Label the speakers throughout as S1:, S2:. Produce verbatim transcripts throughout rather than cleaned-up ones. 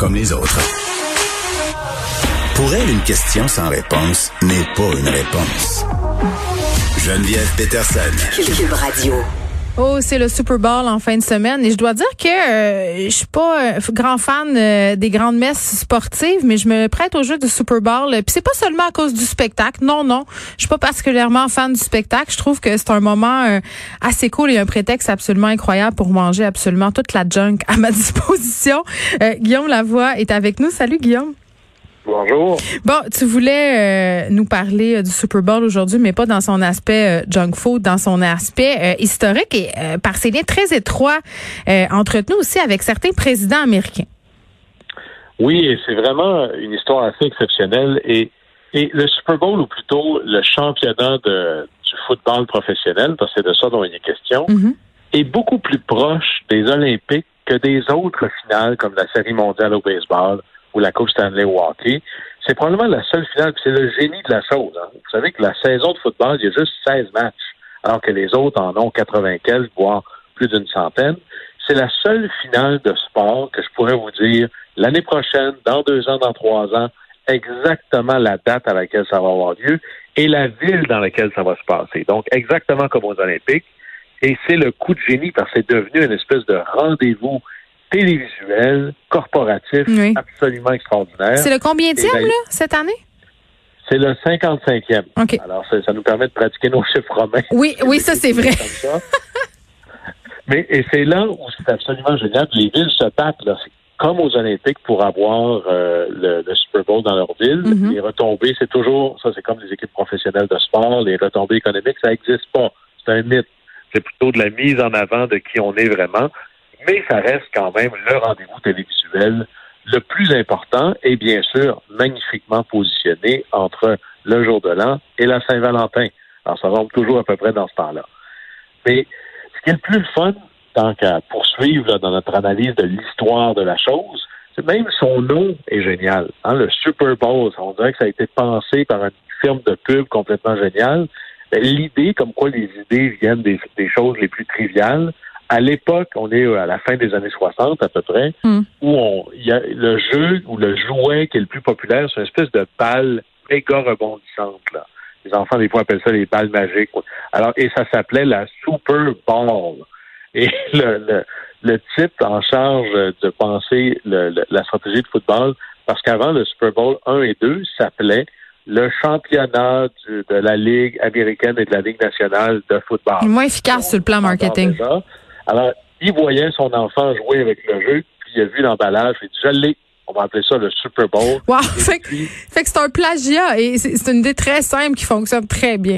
S1: comme les autres. Pour elle, une question sans réponse n'est pas une réponse. Geneviève Peterson.
S2: Cube Radio.
S3: Oh, c'est le Super Bowl en fin de semaine et je dois dire que euh, je suis pas euh, grand fan euh, des grandes messes sportives, mais je me prête au jeu du Super Bowl. Puis c'est pas seulement à cause du spectacle, non, non. Je suis pas particulièrement fan du spectacle. Je trouve que c'est un moment euh, assez cool et un prétexte absolument incroyable pour manger absolument toute la junk à ma disposition. Euh, Guillaume Lavoie est avec nous. Salut Guillaume.
S4: Bonjour.
S3: Bon, tu voulais euh, nous parler euh, du Super Bowl aujourd'hui, mais pas dans son aspect euh, junk food, dans son aspect euh, historique et euh, par ses liens très étroits euh, entretenus aussi avec certains présidents américains.
S4: Oui, et c'est vraiment une histoire assez exceptionnelle. Et, et le Super Bowl, ou plutôt le championnat de, du football professionnel, parce que c'est de ça dont il est question, mm-hmm. est beaucoup plus proche des Olympiques que des autres finales, comme la Série mondiale au baseball ou la Coupe Stanley au hockey. C'est probablement la seule finale, puis c'est le génie de la chose. Hein. Vous savez que la saison de football, il y a juste seize matchs, alors que les autres en ont quatre-vingts quelques, voire plus d'une centaine. C'est la seule finale de sport que je pourrais vous dire l'année prochaine, dans deux ans, dans trois ans, exactement la date à laquelle ça va avoir lieu et la ville dans laquelle ça va se passer. Donc, exactement comme aux Olympiques. Et c'est le coup de génie parce que c'est devenu une espèce de rendez-vous télévisuel, corporatif, oui. absolument extraordinaire.
S3: C'est le combienième, là, cette année?
S4: C'est le cinquante-cinquième.
S3: Okay.
S4: Alors, ça, ça nous permet de pratiquer nos chiffres romains.
S3: Oui, oui, ça, c'est vrai.
S4: Ça. Mais et c'est là où c'est absolument génial. Les villes se battent, là. C'est comme aux Olympiques pour avoir euh, le, le Super Bowl dans leur ville. Mm-hmm. Les retombées, c'est toujours, ça, c'est comme les équipes professionnelles de sport. Les retombées économiques, ça n'existe pas. C'est un mythe. C'est plutôt de la mise en avant de qui on est vraiment. Mais ça reste quand même le rendez-vous télévisuel le plus important et bien sûr magnifiquement positionné entre le jour de l'an et la Saint-Valentin. Alors ça tombe toujours à peu près dans ce temps-là. Mais ce qui est le plus fun, tant qu'à poursuivre là, dans notre analyse de l'histoire de la chose, c'est même son nom est génial. Hein, le Super Bowl, on dirait que ça a été pensé par une firme de pub complètement géniale. Mais l'idée, comme quoi les idées viennent des, des choses les plus triviales. À l'époque, on est à la fin des années soixante à peu près, mm. où on, il y a le jeu ou le jouet qui est le plus populaire, c'est une espèce de balle méga rebondissante, là. Les enfants, des fois, appellent ça les balles magiques. Alors, et ça s'appelait la Super Bowl. Et le, le, le type en charge de penser le, le, la stratégie de football, parce qu'avant, le Super Bowl un et deux s'appelait le championnat du, de la Ligue américaine et de la Ligue nationale de football.
S3: Moins efficace Donc, sur le plan marketing.
S4: Alors, il voyait son enfant jouer avec le jeu, puis il a vu l'emballage, il dit « Je l'ai, on va appeler ça le Super Bowl. »
S3: Wow! Fait, puis, fait que c'est un plagiat et c'est, c'est une idée très simple qui fonctionne très bien.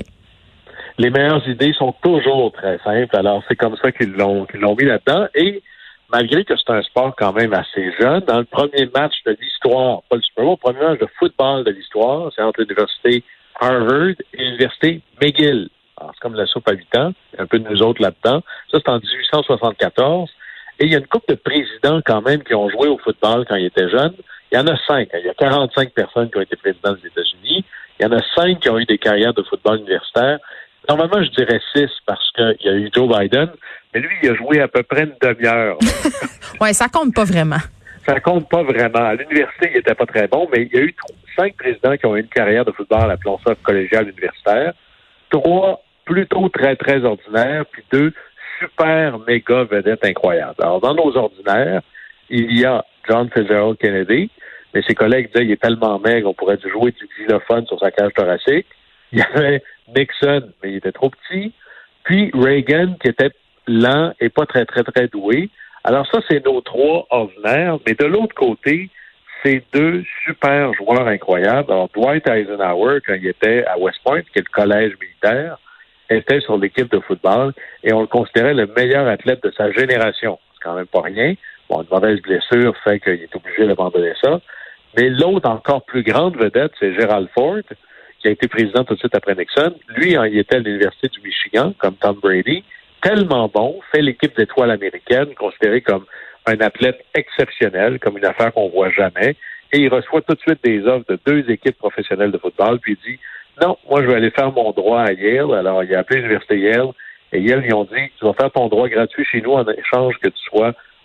S4: Les meilleures idées sont toujours très simples, alors c'est comme ça qu'ils l'ont, qu'ils l'ont mis là-dedans. Et malgré que c'est un sport quand même assez jeune, dans le premier match de l'histoire, pas le Super Bowl, le premier match de football de l'histoire, c'est entre l'université Harvard et l'université McGill. Alors, c'est comme la soupe à huit ans, il y a un peu de nous autres là-dedans. Ça, c'est en dix-huit cent soixante-quatorze. Et il y a une couple de présidents quand même qui ont joué au football quand ils étaient jeunes. Il y en a cinq. Il y a quarante-cinq personnes qui ont été présidents des États-Unis. Il y en a cinq qui ont eu des carrières de football universitaire. Normalement, je dirais six parce qu'il y a eu Joe Biden, mais lui, il a joué à peu près une demi-heure.
S3: Oui, ça compte pas vraiment.
S4: Ça compte pas vraiment. À l'université, il était pas très bon, mais il y a eu cinq présidents qui ont eu une carrière de football, appelons ça collégial universitaire. Trois plutôt très, très ordinaires, puis deux super méga vedettes incroyables. Alors, dans nos ordinaires, il y a John Fitzgerald Kennedy, mais ses collègues disaient qu'il est tellement maigre, on pourrait jouer du xylophone sur sa cage thoracique. Il y avait Nixon, mais il était trop petit. Puis Reagan, qui était lent et pas très, très, très doué. Alors ça, c'est nos trois ordinaires. Mais de l'autre côté, c'est deux super joueurs incroyables. Alors, Dwight Eisenhower, quand il était à West Point, qui est le collège militaire, était sur l'équipe de football et on le considérait le meilleur athlète de sa génération. C'est quand même pas rien. Bon, une mauvaise blessure fait qu'il est obligé d'abandonner ça. Mais l'autre encore plus grande vedette, c'est Gerald Ford, qui a été président tout de suite après Nixon. Lui, il était à l'Université du Michigan, comme Tom Brady, tellement bon, fait l'équipe d'étoiles américaines, considéré comme un athlète exceptionnel, comme une affaire qu'on voit jamais. Et il reçoit tout de suite des offres de deux équipes professionnelles de football, puis il dit « Non, moi, je vais aller faire mon droit à Yale. » Alors, il a appelé l'Université Yale, et Yale, ils ont dit « Tu vas faire ton droit gratuit chez nous en échange que tu sois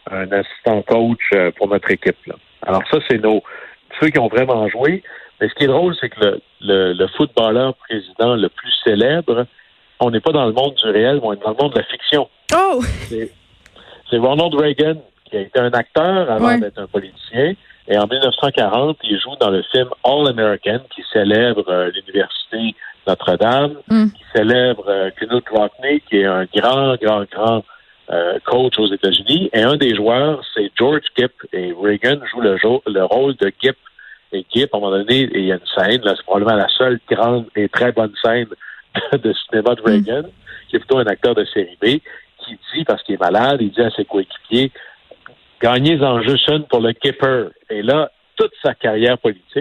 S4: un assistant coach euh, pour notre équipe. Là. Alors ça, c'est nos ceux qui ont vraiment joué. Mais ce qui est drôle, c'est que le, le, le footballeur président le plus célèbre, on n'est pas dans le monde du réel, mais on est dans le monde de la fiction.
S3: Oh!
S4: C'est, c'est Ronald Reagan, qui a été un acteur avant
S3: ouais.
S4: d'être un politicien. Et en dix-neuf cent quarante, il joue dans le film All American, qui célèbre euh, l'Université Notre-Dame, mm. qui célèbre euh, Knute Rockne, qui est un grand, grand, grand euh, coach aux États-Unis. Et un des joueurs, c'est George Gipp. Et Reagan joue le, jo- le rôle de Gipp. Et Gipp, à un moment donné, il y a une scène, là, c'est probablement la seule grande et très bonne scène de, de cinéma de Reagan, mm. qui est plutôt un acteur de série B, qui dit, parce qu'il est malade, il dit à ses coéquipiers, gagnez-en juste une pour le Gipper. Et là, toute sa carrière politique,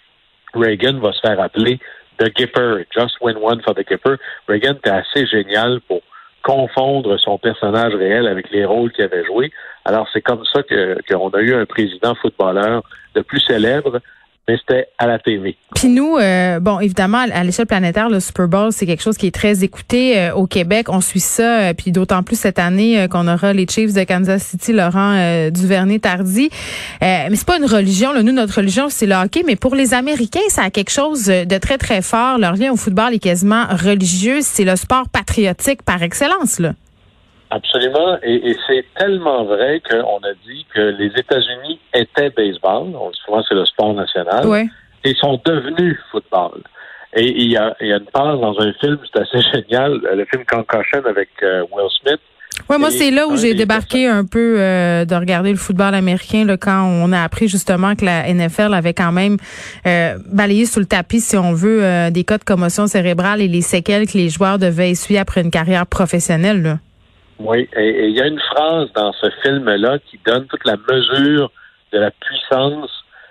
S4: Reagan va se faire appeler The Gipper. Just win one for the Gipper. Reagan était assez génial pour confondre son personnage réel avec les rôles qu'il avait joués. Alors, c'est comme ça que, qu'on a eu un président footballeur le plus célèbre, mais c'était à la T V.
S3: Puis nous, euh, bon, évidemment, à l'échelle planétaire, le Super Bowl, c'est quelque chose qui est très écouté euh, au Québec. On suit ça, euh, puis d'autant plus cette année euh, qu'on aura les Chiefs de Kansas City, Laurent euh, Duvernay-Tardy. Euh, mais c'est pas une religion. Là. Nous, notre religion, c'est le hockey. Mais pour les Américains, ça a quelque chose de très, très fort. Leur lien au football est quasiment religieux. C'est le sport patriotique par excellence, là.
S4: Absolument, et, et c'est tellement vrai qu'on a dit que les États-Unis étaient baseball, on dit souvent c'est le sport national,
S3: ouais.
S4: et sont devenus football. Et il y a, il y a une part dans un film, c'est assez génial, le film Concussion avec euh, Will Smith.
S3: Oui, moi, c'est là où j'ai débarqué un peu euh, de regarder le football américain là, quand on a appris justement que la N F L avait quand même euh, balayé sous le tapis, si on veut, euh, des cas de commotion cérébrale et les séquelles que les joueurs devaient essuyer après une carrière professionnelle, là.
S4: Oui, et il y a une phrase dans ce film-là qui donne toute la mesure de la puissance,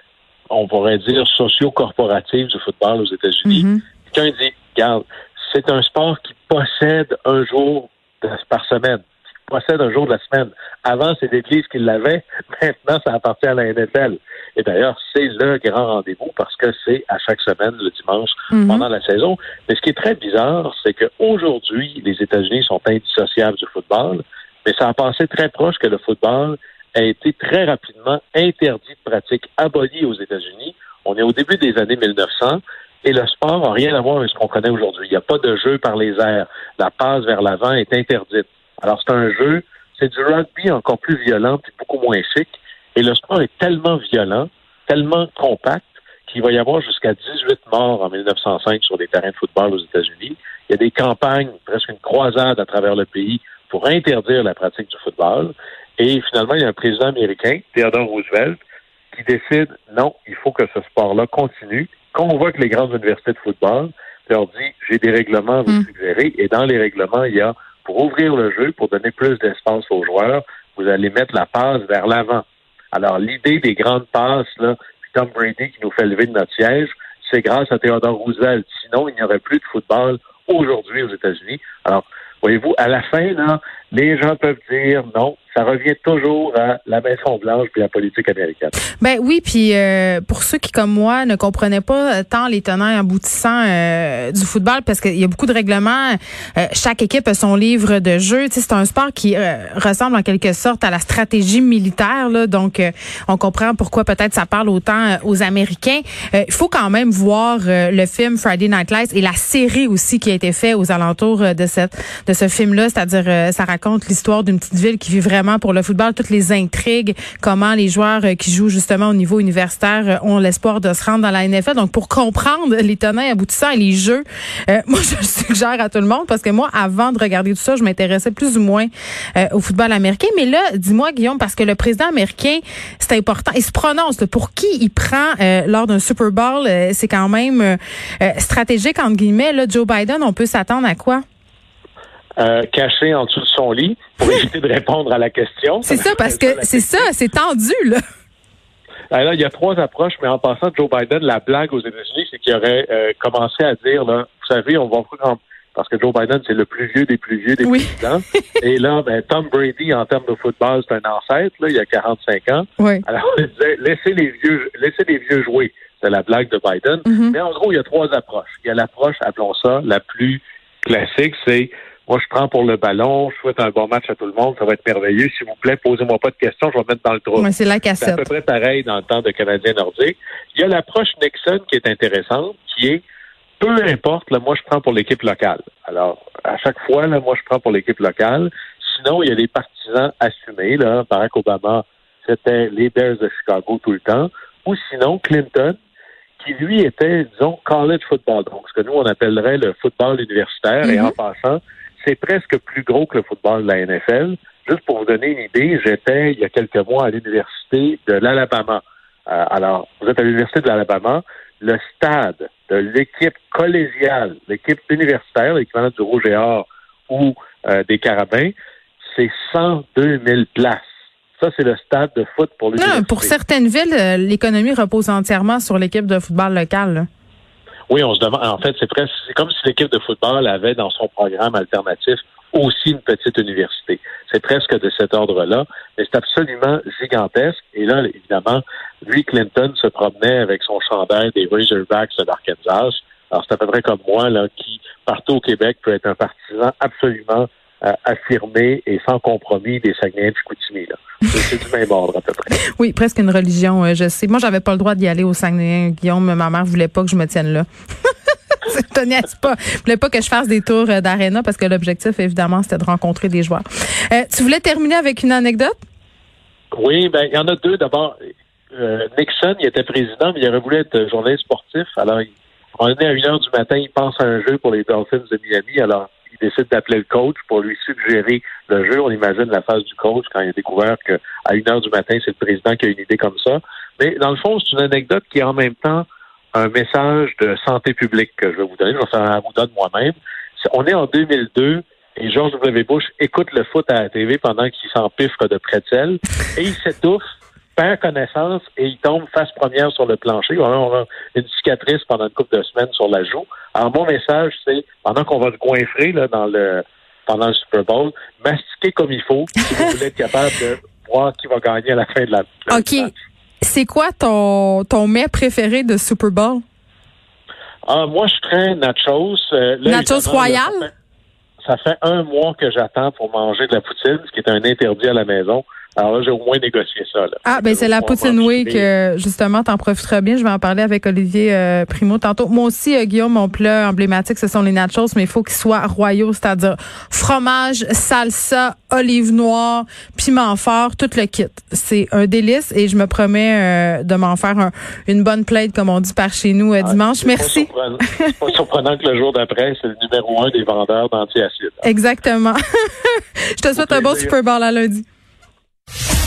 S4: on pourrait dire, socio-corporative du football aux États-Unis. Mm-hmm. Quelqu'un dit, regarde, c'est un sport qui possède un jour de, par semaine, qui possède un jour de la semaine. Avant, c'est l'Église qui l'avait, maintenant, ça appartient à la N F L. Et d'ailleurs, c'est le grand rendez-vous parce que c'est à chaque semaine, le dimanche, mm-hmm. pendant la saison. Mais ce qui est très bizarre, c'est qu'aujourd'hui, les États-Unis sont indissociables du football, mais ça a passé très proche que le football a été très rapidement interdit de pratique, aboli aux États-Unis. On est au début des années mille neuf cents et le sport n'a rien à voir avec ce qu'on connaît aujourd'hui. Il n'y a pas de jeu par les airs. La passe vers l'avant est interdite. Alors, c'est un jeu, c'est du rugby encore plus violent puis beaucoup moins chic. Et le sport est tellement violent, tellement compact, qu'il va y avoir jusqu'à dix-huit morts en mille neuf cent cinq sur des terrains de football aux États-Unis. Il y a des campagnes, presque une croisade à travers le pays pour interdire la pratique du football. Et finalement, il y a un président américain, Theodore Roosevelt, qui décide, non, il faut que ce sport-là continue, convoque les grandes universités de football, leur dit, j'ai des règlements à vous mmh. suggérer. Et dans les règlements, il y a, pour ouvrir le jeu, pour donner plus d'espace aux joueurs, vous allez mettre la passe vers l'avant. Alors, l'idée des grandes passes, là, puis Tom Brady qui nous fait lever de notre siège, c'est grâce à Theodore Roosevelt. Sinon, il n'y aurait plus de football aujourd'hui aux États-Unis. Alors, voyez-vous, à la fin, là, les gens peuvent dire non, ça revient toujours à la Maison-Blanche puis à la politique américaine.
S3: Ben oui, puis euh, pour ceux qui, comme moi, ne comprenaient pas tant les tenants et aboutissants euh, du football, parce qu'il y a beaucoup de règlements, euh, chaque équipe a son livre de jeu. Tu sais, c'est un sport qui euh, ressemble en quelque sorte à la stratégie militaire, là, donc euh, on comprend pourquoi peut-être ça parle autant euh, aux Américains. Il euh, faut quand même voir euh, le film Friday Night Lights et la série aussi qui a été faite aux alentours euh, de cette de ce film-là, c'est-à-dire euh, ça raconte l'histoire d'une petite ville qui vit vraiment pour le football, toutes les intrigues, comment les joueurs euh, qui jouent justement au niveau universitaire euh, ont l'espoir de se rendre dans la N F L. Donc, pour comprendre les tenants et aboutissants et les jeux, euh, moi, je le suggère à tout le monde parce que moi, avant de regarder tout ça, je m'intéressais plus ou moins euh, au football américain. Mais là, dis-moi, Guillaume, parce que le président américain, c'est important, il se prononce là, pour qui il prend euh, lors d'un Super Bowl. Euh, c'est quand même euh, stratégique, entre guillemets. Là, Joe Biden, on peut s'attendre à quoi?
S4: Euh, caché en dessous de son lit pour éviter de répondre à la question.
S3: C'est ça, ça parce que c'est ça, c'est tendu, là.
S4: Alors, il y a trois approches, mais en passant, Joe Biden, la blague aux États-Unis, c'est qu'il aurait euh, commencé à dire, là, vous savez, on va parce que Joe Biden, c'est le plus vieux des plus vieux des oui. présidents. Et là, ben, Tom Brady, en termes de football, c'est un ancêtre, là, il y a quarante-cinq ans.
S3: Oui.
S4: Alors, on disait, laissez les vieux, laissez les vieux jouer. C'est la blague de Biden. Mm-hmm. Mais en gros, il y a trois approches. Il y a l'approche, appelons ça, la plus classique, c'est Moi, je prends pour le ballon, je souhaite un bon match à tout le monde, ça va être merveilleux. S'il vous plaît, posez-moi pas de questions, je vais mettre dans le trou.
S3: Ouais, c'est la cassette.
S4: C'est à peu près pareil dans le temps de Canadien nordique. Il y a l'approche Nixon qui est intéressante, qui est peu importe, là, moi, je prends pour l'équipe locale. Alors, à chaque fois, là, moi, je prends pour l'équipe locale. Sinon, il y a des partisans assumés, là. Barack Obama, c'était les Bears de Chicago tout le temps. Ou sinon, Clinton, qui lui était, disons, college football. Donc, ce que nous, on appellerait le football universitaire. Mm-hmm. Et en passant, c'est presque plus gros que le football de la N F L. Juste pour vous donner une idée, j'étais, il y a quelques mois, à l'université de l'Alabama. Euh, alors, vous êtes à l'université de l'Alabama. Le stade de l'équipe collégiale, l'équipe universitaire, l'équivalent du Rouge et Or ou euh, des Carabins, c'est cent deux mille places. Ça, c'est le stade de foot pour l'université.
S3: Non, pour certaines villes, l'économie repose entièrement sur l'équipe de football locale, là.
S4: Oui, on se demande. En fait, c'est presque, c'est comme si l'équipe de football avait dans son programme alternatif aussi une petite université. C'est presque de cet ordre-là, mais c'est absolument gigantesque. Et là, évidemment, lui, Clinton se promenait avec son chandail des Razorbacks d'Arkansas. Alors, c'est à peu près comme moi, là, qui, partout au Québec, peut être un partisan absolument euh, affirmé et sans compromis des Saguenay de Chicoutimi, là. C'est, c'est du même ordre, à peu près.
S3: Oui, presque une religion, euh, je sais. Moi, j'avais pas le droit d'y aller au Saguenay, Guillaume. Ma mère voulait pas que je me tienne là. Je ne pas. Je voulais pas que je fasse des tours d'aréna parce que l'objectif, évidemment, c'était de rencontrer des joueurs. Euh, tu voulais terminer avec une anecdote?
S4: Oui, ben il y en a deux. D'abord, euh, Nixon, il était président, mais il aurait voulu être journaliste sportif. Alors, il, on est à une heure du matin, il pense à un jeu pour les Dolphins de Miami. Alors, il décide d'appeler le coach pour lui suggérer le jeu. On imagine la face du coach quand il a découvert qu'à une heure du matin, c'est le président qui a une idée comme ça. Mais dans le fond, c'est une anecdote qui est en même temps un message de santé publique que je vais vous donner. Je vais faire un vous donne moi-même. On est en deux mille deux et George W. Bush écoute le foot à la T V pendant qu'il s'empiffre de pretzel et il s'étouffe, perd connaissance et il tombe face première sur le plancher. On a une cicatrice pendant une couple de semaines sur la joue. Alors, mon message, c'est, pendant qu'on va se goinfrer là, dans le, pendant le Super Bowl, mastiquez comme il faut si vous voulez être capable de voir qui va gagner à la fin de la, de la
S3: OK. Match. C'est quoi ton, ton mets préféré de Super Bowl?
S4: Ah, moi, je traîne nachos. Euh, là,
S3: nachos royal?
S4: Là, ça, fait, ça fait un mois que j'attends pour manger de la poutine, ce qui est un interdit à la maison. Alors là, j'ai au moins négocié ça. Là.
S3: Ah, ben c'est la Poutine Week. Euh, justement, t'en profiteras bien. Je vais en parler avec Olivier euh, Primo tantôt. Moi aussi, euh, Guillaume, mon plat emblématique, ce sont les nachos, mais il faut qu'ils soient royaux, c'est-à-dire fromage, salsa, olive noire, piment fort, tout le kit. C'est un délice et je me promets euh, de m'en faire un, une bonne plate, comme on dit par chez nous, euh, ah, dimanche.
S4: C'est
S3: Merci.
S4: Pas c'est pas surprenant que le jour d'après, c'est le numéro un des vendeurs d'antiacides.
S3: Exactement. Je te souhaite un bon Super Bowl à lundi.